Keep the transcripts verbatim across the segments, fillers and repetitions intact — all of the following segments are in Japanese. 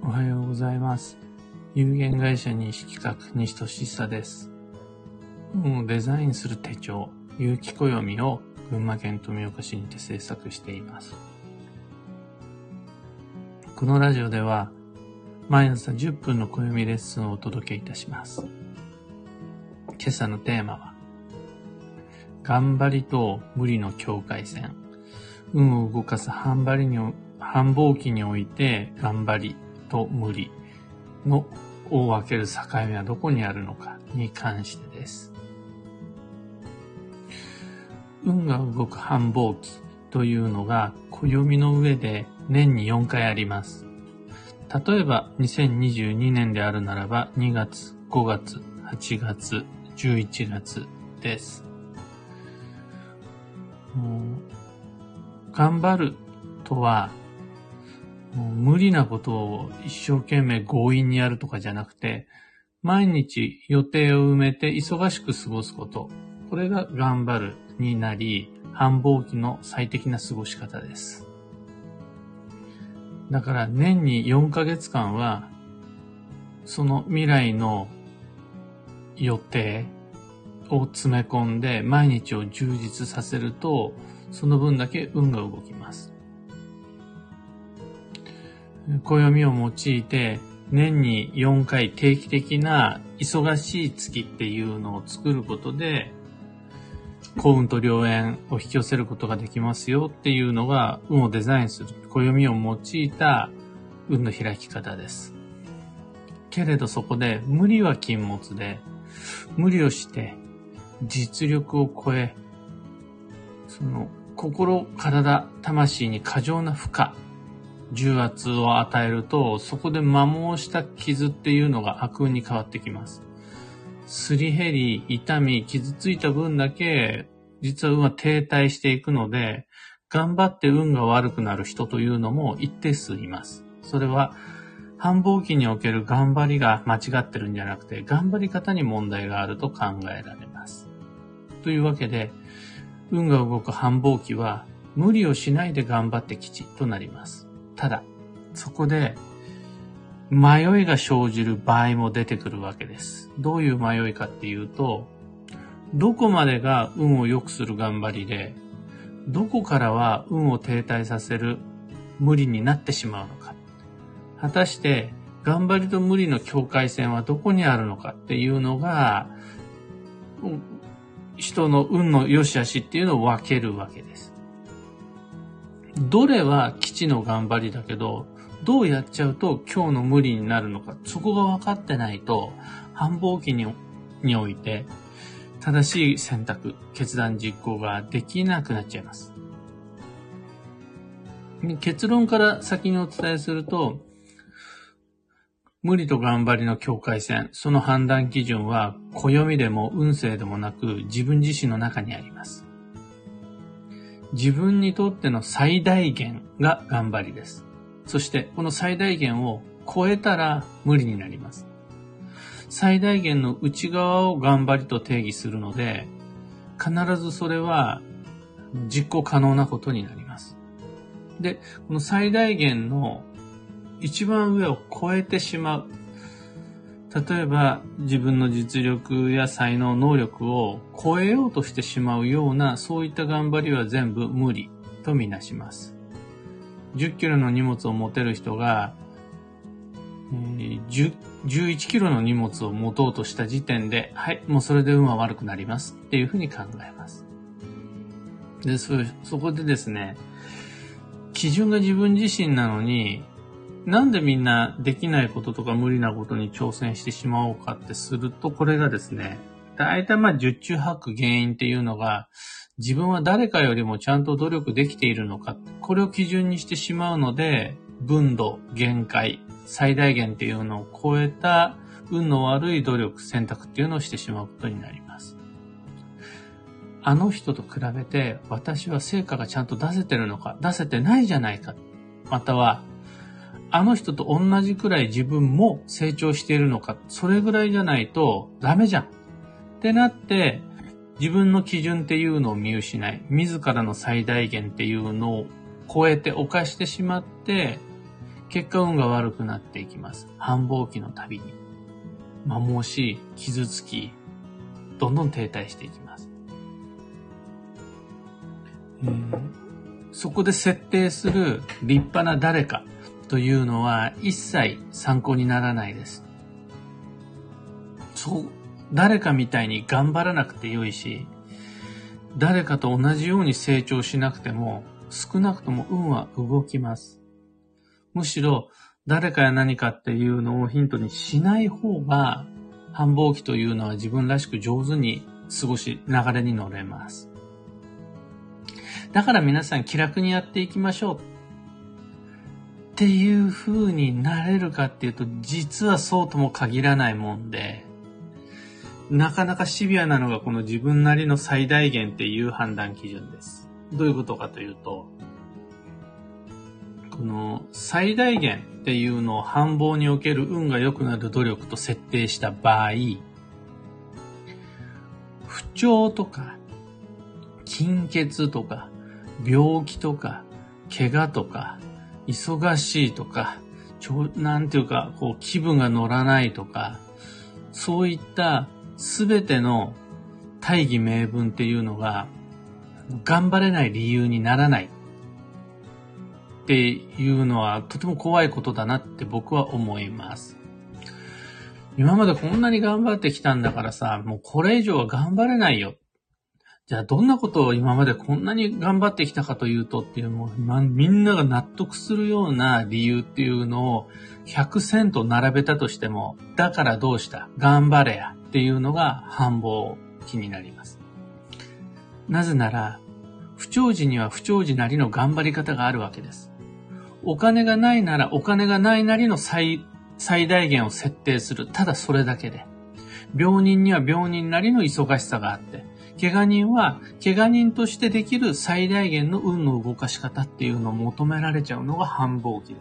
おはようございます。有限会社西企画西俊久です。運をデザインする手帳、有機暦を群馬県富岡市にて制作しています。このラジオでは毎朝じゅっぷんの暦レッスンをお届けいたします。今朝のテーマは頑張りと無理の境界線。運を動かす繁張りに繁忙期において頑張りと無理のを分ける境目はどこにあるのかに関してです。運が動く繁忙期というのが暦の上で年によんかいあります。例えばにせんにじゅうにねんであるならばにがつ、ごがつ、はちがつ、じゅういちがつです。もう頑張るとはもう無理なことを一生懸命強引にやるとかじゃなくて、毎日予定を埋めて忙しく過ごすこと。これが頑張るになり、繁忙期の最適な過ごし方です。だから年によんかげつかんは、その未来の予定を詰め込んで毎日を充実させると、その分だけ運が動きます。暦を用いて年によんかい定期的な忙しい月っていうのを作ることで幸運と良縁を引き寄せることができますよっていうのが運をデザインする暦を用いた運の開き方です。けれどそこで無理は禁物で、無理をして実力を超え、その心、体、魂に過剰な負荷、重圧を与えると、そこで摩耗した傷っていうのが悪運に変わってきます。すり減り、痛み、傷ついた分だけ、実は運は停滞していくので、頑張って運が悪くなる人というのも一定数います。それは、繁忙期における頑張りが間違ってるんじゃなくて、頑張り方に問題があると考えられます。というわけで、運が動く繁忙期は、無理をしないで頑張って吉となります。ただ、そこで迷いが生じる場合も出てくるわけです。どういう迷いかっていうと、どこまでが運を良くする頑張りで、どこからは運を停滞させる無理になってしまうのか。果たして頑張りと無理の境界線はどこにあるのかっていうのが、人の運の良し悪しっていうのを分けるわけです。どれは基地の頑張りだけど、どうやっちゃうと今日の無理になるのか、そこが分かってないと、繁忙期に、において、正しい選択、決断実行ができなくなっちゃいます。結論から先にお伝えすると、無理と頑張りの境界線、その判断基準は、暦でも運勢でもなく、自分自身の中にあります。自分にとっての最大限が頑張りです。そしてこの最大限を超えたら無理になります。最大限の内側を頑張りと定義するので、必ずそれは実行可能なことになります。で、この最大限の一番上を超えてしまう。例えば自分の実力や才能、能力を超えようとしてしまうようなそういった頑張りは全部無理とみなします。じゅっキロの荷物を持てる人が、えー、じゅういちキロの荷物を持とうとした時点で、はい、もうそれで運は悪くなりますっていうふうに考えます。で、そ、そこでですね、基準が自分自身なのに、なんでみんなできないこととか無理なことに挑戦してしまおうかってすると、これがですね、だいたいまあ十中八九原因っていうのが、自分は誰かよりもちゃんと努力できているのか、これを基準にしてしまうので、分度、限界、最大限っていうのを超えた運の悪い努力、選択っていうのをしてしまうことになります。あの人と比べて私は成果がちゃんと出せてるのか、出せてないじゃないか、または、あの人と同じくらい自分も成長しているのか、それぐらいじゃないとダメじゃんってなって自分の基準っていうのを見失い、自らの最大限っていうのを超えて犯してしまって結果運が悪くなっていきます。繁忙期のたびに。摩耗し、傷つき、どんどん停滞していきます。えー、そこで設定する立派な誰かというのは一切参考にならないです。そう、誰かみたいに頑張らなくてよいし、誰かと同じように成長しなくても、少なくとも運は動きます。むしろ、誰かや何かっていうのをヒントにしない方が、繁忙期というのは自分らしく上手に過ごし、流れに乗れます。だから皆さん気楽にやっていきましょうっていう風になれるかっていうと、実はそうとも限らないもんで、なかなかシビアなのがこの自分なりの最大限っていう判断基準です。どういうことかというと、この最大限っていうのを繁忙における運が良くなる努力と設定した場合、不調とか貧血とか病気とか怪我とか忙しいとか、ちょなんていうかこう気分が乗らないとか、そういったすべての大義名分っていうのが頑張れない理由にならないっていうのはとても怖いことだなって僕は思います。今までこんなに頑張ってきたんだからさ、もうこれ以上は頑張れないよ。じゃあどんなことを今までこんなに頑張ってきたかというとっていうのを、ま、みんなが納得するような理由っていうのをひゃくせんと並べたとしても、だからどうした頑張れやっていうのが繁忙期になります。なぜなら不調時には不調時なりの頑張り方があるわけです。お金がないならお金がないなりの最、最大限を設定する。ただそれだけで。病人には病人なりの忙しさがあって、怪我人は怪我人としてできる最大限の運の動かし方っていうのを求められちゃうのが繁忙期です。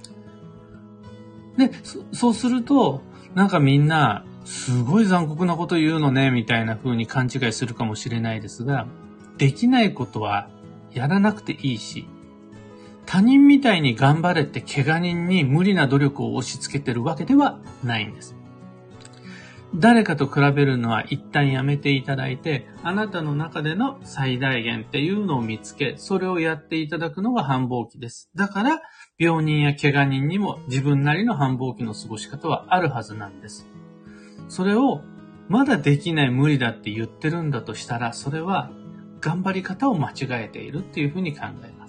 で、そ、そうすると、なんかみんな、すごい残酷なこと言うのね、みたいな風に勘違いするかもしれないですが、できないことはやらなくていいし、他人みたいに頑張れって怪我人に無理な努力を押し付けてるわけではないんです。誰かと比べるのは一旦やめていただいて、あなたの中での最大限っていうのを見つけ、それをやっていただくのが繁忙期です。だから、病人や怪我人にも自分なりの繁忙期の過ごし方はあるはずなんです。それを、まだできない無理だって言ってるんだとしたら、それは頑張り方を間違えているっていうふうに考えます。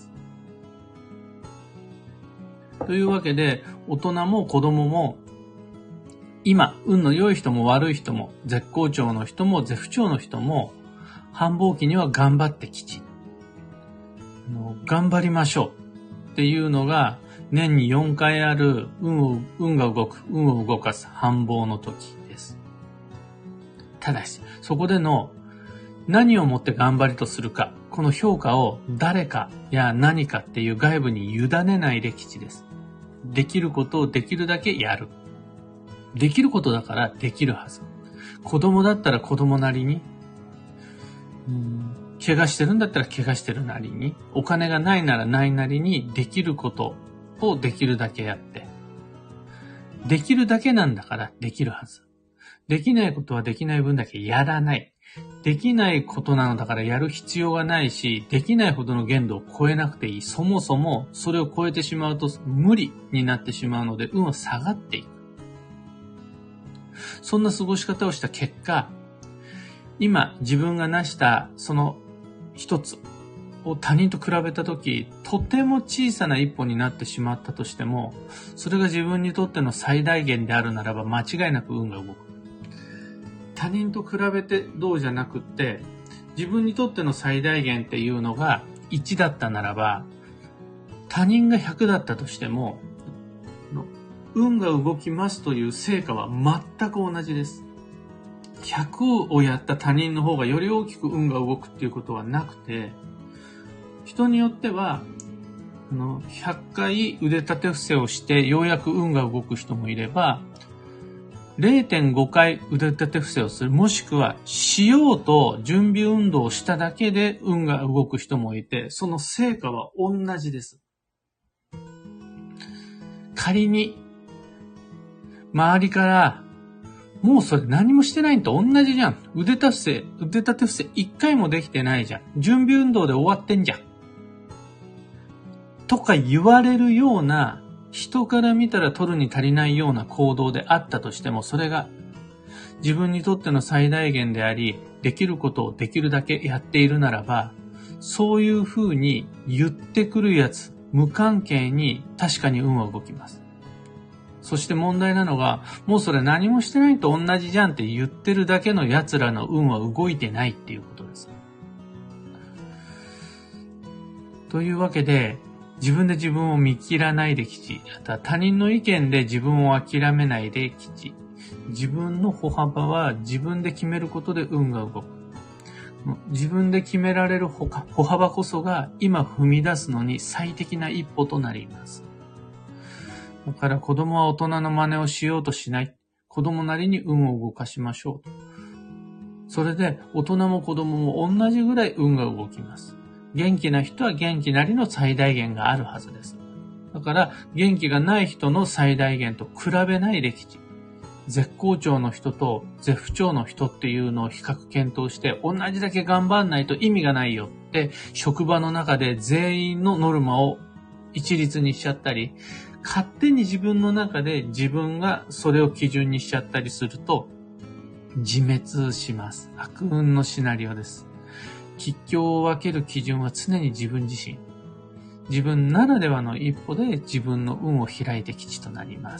というわけで、大人も子供も、今、運の良い人も悪い人も、絶好調の人も絶不調の人も、繁忙期には頑張ってきち。頑張りましょうっていうのが、年によんかいある運を、運が動く、運を動かす繁忙の時です。ただし、そこでの何をもって頑張りとするか、この評価を誰かや何かっていう外部に委ねないで吉です。できることをできるだけやる。できることだからできるはず。子供だったら子供なりに、うん、怪我してるんだったら怪我してるなりに、お金がないならないなりにできることをできるだけやって、できるだけなんだからできるはず。できないことはできない分だけやらない。できないことなのだからやる必要がないし、できないほどの限度を超えなくていい。そもそもそれを超えてしまうと無理になってしまうので運は下がっていく。そんな過ごし方をした結果、今自分が成したその一つを他人と比べたとき、とても小さな一歩になってしまったとしても、それが自分にとっての最大限であるならば間違いなく運が動く。他人と比べてどうじゃなくって、自分にとっての最大限っていうのがいちだったならば、他人がひゃくだったとしても、運が動きますという成果は全く同じです。ひゃくをやった他人の方がより大きく運が動くっていうことはなくて、人によってはあのひゃっかい腕立て伏せをしてようやく運が動く人もいれば、れいてんごかい腕立て伏せをする、もしくはしようと準備運動をしただけで運が動く人もいて、その成果は同じです。 仮に、周りから、もうそれ何もしてないのと同じじゃん。腕立て伏せ、腕立て伏せ一回もできてないじゃん。準備運動で終わってんじゃん。とか言われるような、人から見たら取るに足りないような行動であったとしても、それが自分にとっての最大限であり、できることをできるだけやっているならば、そういうふうに言ってくるやつ、無関係に確かに運は動きます。そして問題なのが、もうそれ何もしてないと同じじゃんって言ってるだけの奴らの運は動いてないっていうことです。というわけで、自分で自分を見切らないで吉。あとは他人の意見で自分を諦めないで吉。自分の歩幅は自分で決めることで運が動く。自分で決められる歩幅こそが今踏み出すのに最適な一歩となります。だから子供は大人の真似をしようとしない。子供なりに運を動かしましょうと。それで大人も子供も同じぐらい運が動きます。元気な人は元気なりの最大限があるはずです。だから元気がない人の最大限と比べないで吉。絶好調の人と絶不調の人っていうのを比較検討して同じだけ頑張んないと意味がないよって職場の中で全員のノルマを一律にしちゃったり、勝手に自分の中で自分がそれを基準にしちゃったりすると自滅します。悪運のシナリオです。吉凶を分ける基準は常に自分自身。自分ならではの一歩で自分の運を開いて吉となります。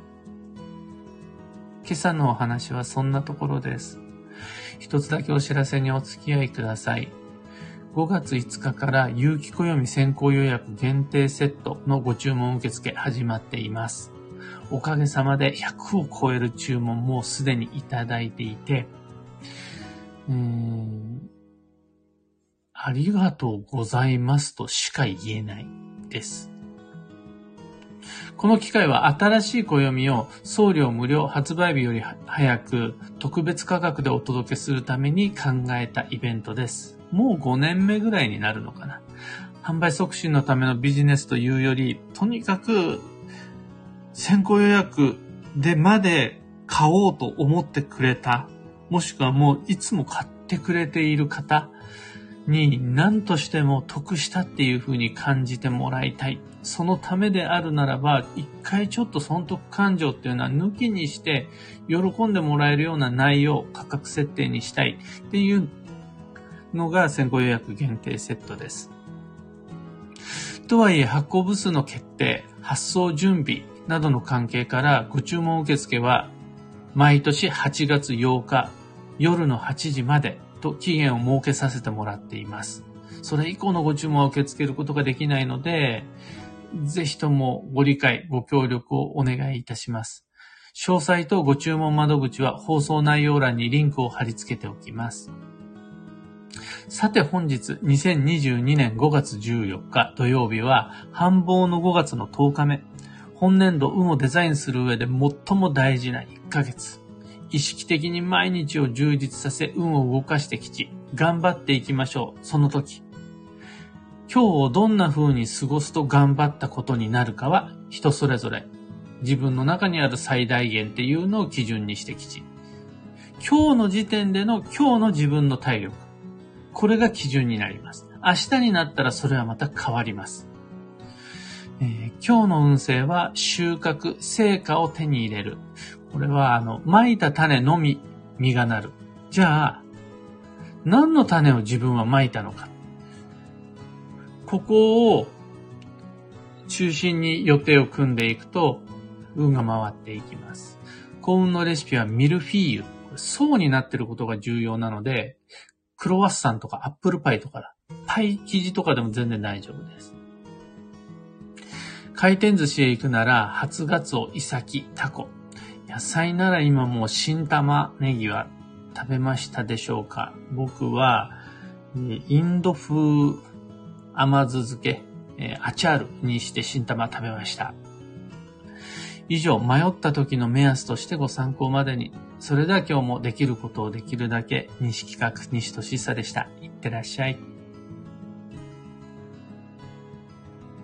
今朝のお話はそんなところです。一つだけお知らせにお付き合いください。ごがついつかから有機暦先行予約限定セットのご注文受付始まっています。おかげさまでひゃくを超える注文もすでにいただいていて、うーんありがとうございますとしか言えないです。この機会は新しい暦を送料無料発売日より早く特別価格でお届けするために考えたイベントです。もうごねんめぐらいになるのかな。販売促進のためのビジネスというより、とにかく先行予約でまで買おうと思ってくれた、もしくはもういつも買ってくれている方に何としても得したっていう風に感じてもらいたい。そのためであるならば、一回ちょっと損得感情っていうのは抜きにして喜んでもらえるような内容、価格設定にしたいっていうのが先行予約限定セットです。とはいえ発行部数の決定、発送準備などの関係からご注文受付は毎年はちがつようか夜のはちじまでと期限を設けさせてもらっています。それ以降のご注文は受け付けることができないので、ぜひともご理解、ご協力をお願いいたします。詳細とご注文窓口は放送内容欄にリンクを貼り付けておきます。さて本日にせんにじゅうにねんごがつじゅうよっか土曜日は繁忙のごがつのとおかめ。本年度運をデザインする上で最も大事ないっかげつ。意識的に毎日を充実させ運を動かしてきち、頑張っていきましょう。その時。今日をどんな風に過ごすと頑張ったことになるかは人それぞれ。自分の中にある最大限っていうのを基準にしてきち。今日の時点での今日の自分の体力。これが基準になります。明日になったらそれはまた変わります。えー、今日の運勢は収穫、成果を手に入れる。これはあの、蒔いた種のみ、実がなる。じゃあ、何の種を自分は蒔いたのか。ここを中心に予定を組んでいくと、運が回っていきます。幸運のレシピはミルフィーユ。層になっていることが重要なので、クロワッサンとかアップルパイとか、パイ生地とかでも全然大丈夫です。回転寿司へ行くなら、初ガツオ、イサキ、タコ。野菜なら今もう新玉ねぎは食べましたでしょうか？僕は、インド風甘酢漬け、アチャールにして新玉食べました。以上、迷った時の目安としてご参考までに。それでは今日もできることをできるだけ、西企画西俊久でした。いってらっしゃい。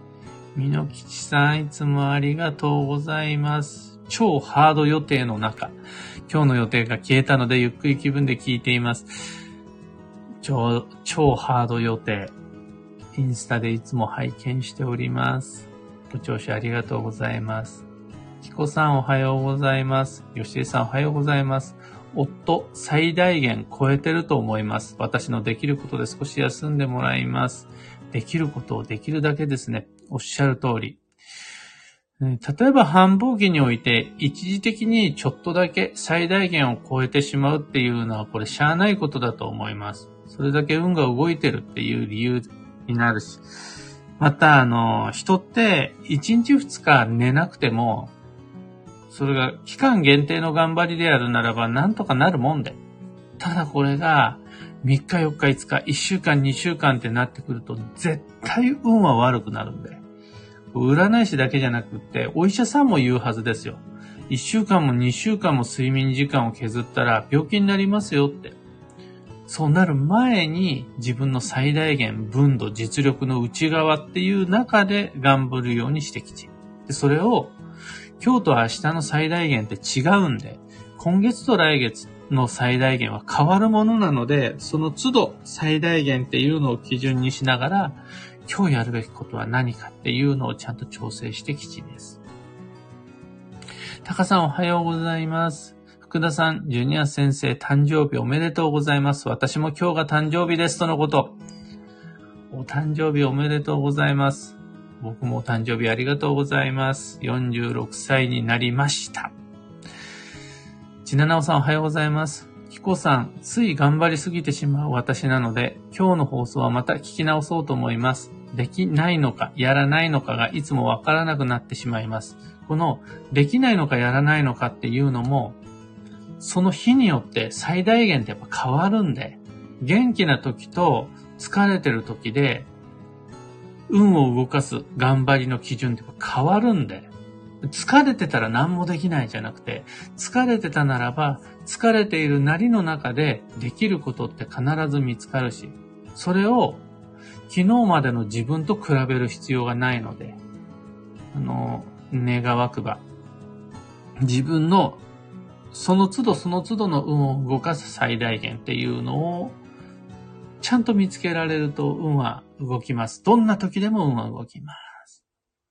みのきちさん、いつもありがとうございます。超ハード予定の中、今日の予定が消えたのでゆっくり気分で聞いています。超、超ハード予定。インスタでいつも拝見しております。ご聴取ありがとうございます。きこさんおはようございます。よしえさんおはようございます。夫、最大限超えてると思います。私のできることで少し休んでもらいます。できることをできるだけですね。おっしゃる通り。例えば繁忙期において一時的にちょっとだけ最大限を超えてしまうっていうのはこれしゃあないことだと思います。それだけ運が動いてるっていう理由になるし。またあの、人っていちにちふつか寝なくてもそれが期間限定の頑張りであるならばなんとかなるもんで。ただこれがみっかよっかいつかいっしゅうかんにしゅうかんってなってくると絶対運は悪くなるんで。占い師だけじゃなくってお医者さんも言うはずですよ。いっしゅうかんもにしゅうかんも睡眠時間を削ったら病気になりますよって。そうなる前に自分の最大限分度実力の内側っていう中で頑張るようにしてきて。でそれを今日と明日の最大限って違うんで、今月と来月の最大限は変わるものなので、その都度最大限っていうのを基準にしながら、今日やるべきことは何かっていうのをちゃんと調整してきちです。タカさんおはようございます。福田さん、ジュニア先生誕生日おめでとうございます。私も今日が誕生日ですとのこと。お誕生日おめでとうございます。僕もお誕生日ありがとうございます。よんじゅうろくさいになりました。ちななおさんおはようございます。きこさん、つい頑張りすぎてしまう私なので、今日の放送はまた聞き直そうと思います。できないのか、やらないのかがいつもわからなくなってしまいます。この、できないのかやらないのかっていうのも、その日によって最大限ってやっぱ変わるんで、元気な時と疲れてる時で、運を動かす頑張りの基準って変わるんで、疲れてたら何もできないじゃなくて、疲れてたならば、疲れているなりの中でできることって必ず見つかるし、それを昨日までの自分と比べる必要がないので、あの、願わくば、自分のその都度その都度の運を動かす最大限っていうのをちゃんと見つけられると運は動きます。どんな時でも運は動きます。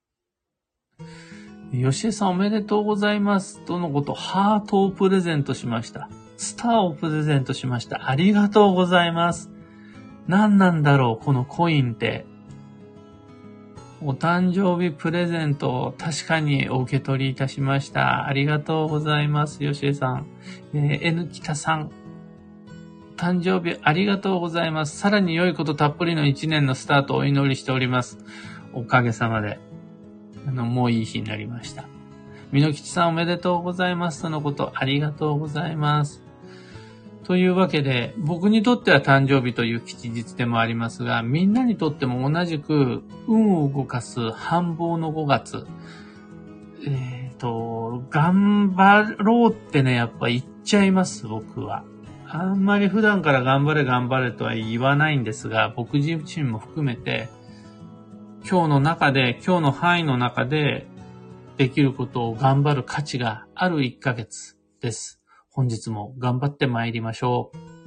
よしえさんおめでとうございます。とのこと、ハートをプレゼントしました。スターをプレゼントしました。ありがとうございます。何なんだろう、このコインって。お誕生日プレゼントを確かにお受け取りいたしました。ありがとうございます。よしえさん。えー、N 北さん。誕生日ありがとうございます。さらに良いことたっぷりの一年のスタートをお祈りしております。おかげさまで。あの、もういい日になりました。みのきちさんおめでとうございます。とのこと、ありがとうございます。というわけで、僕にとっては誕生日という吉日でもありますが、みんなにとっても同じく運を動かす繁忙のごがつ。えっと、頑張ろうってね、やっぱ言っちゃいます、僕は。あんまり普段から頑張れ頑張れとは言わないんですが、僕自身も含めて、今日の中で、今日の範囲の中でできることを頑張る価値があるいっかげつです。本日も頑張って参りましょう。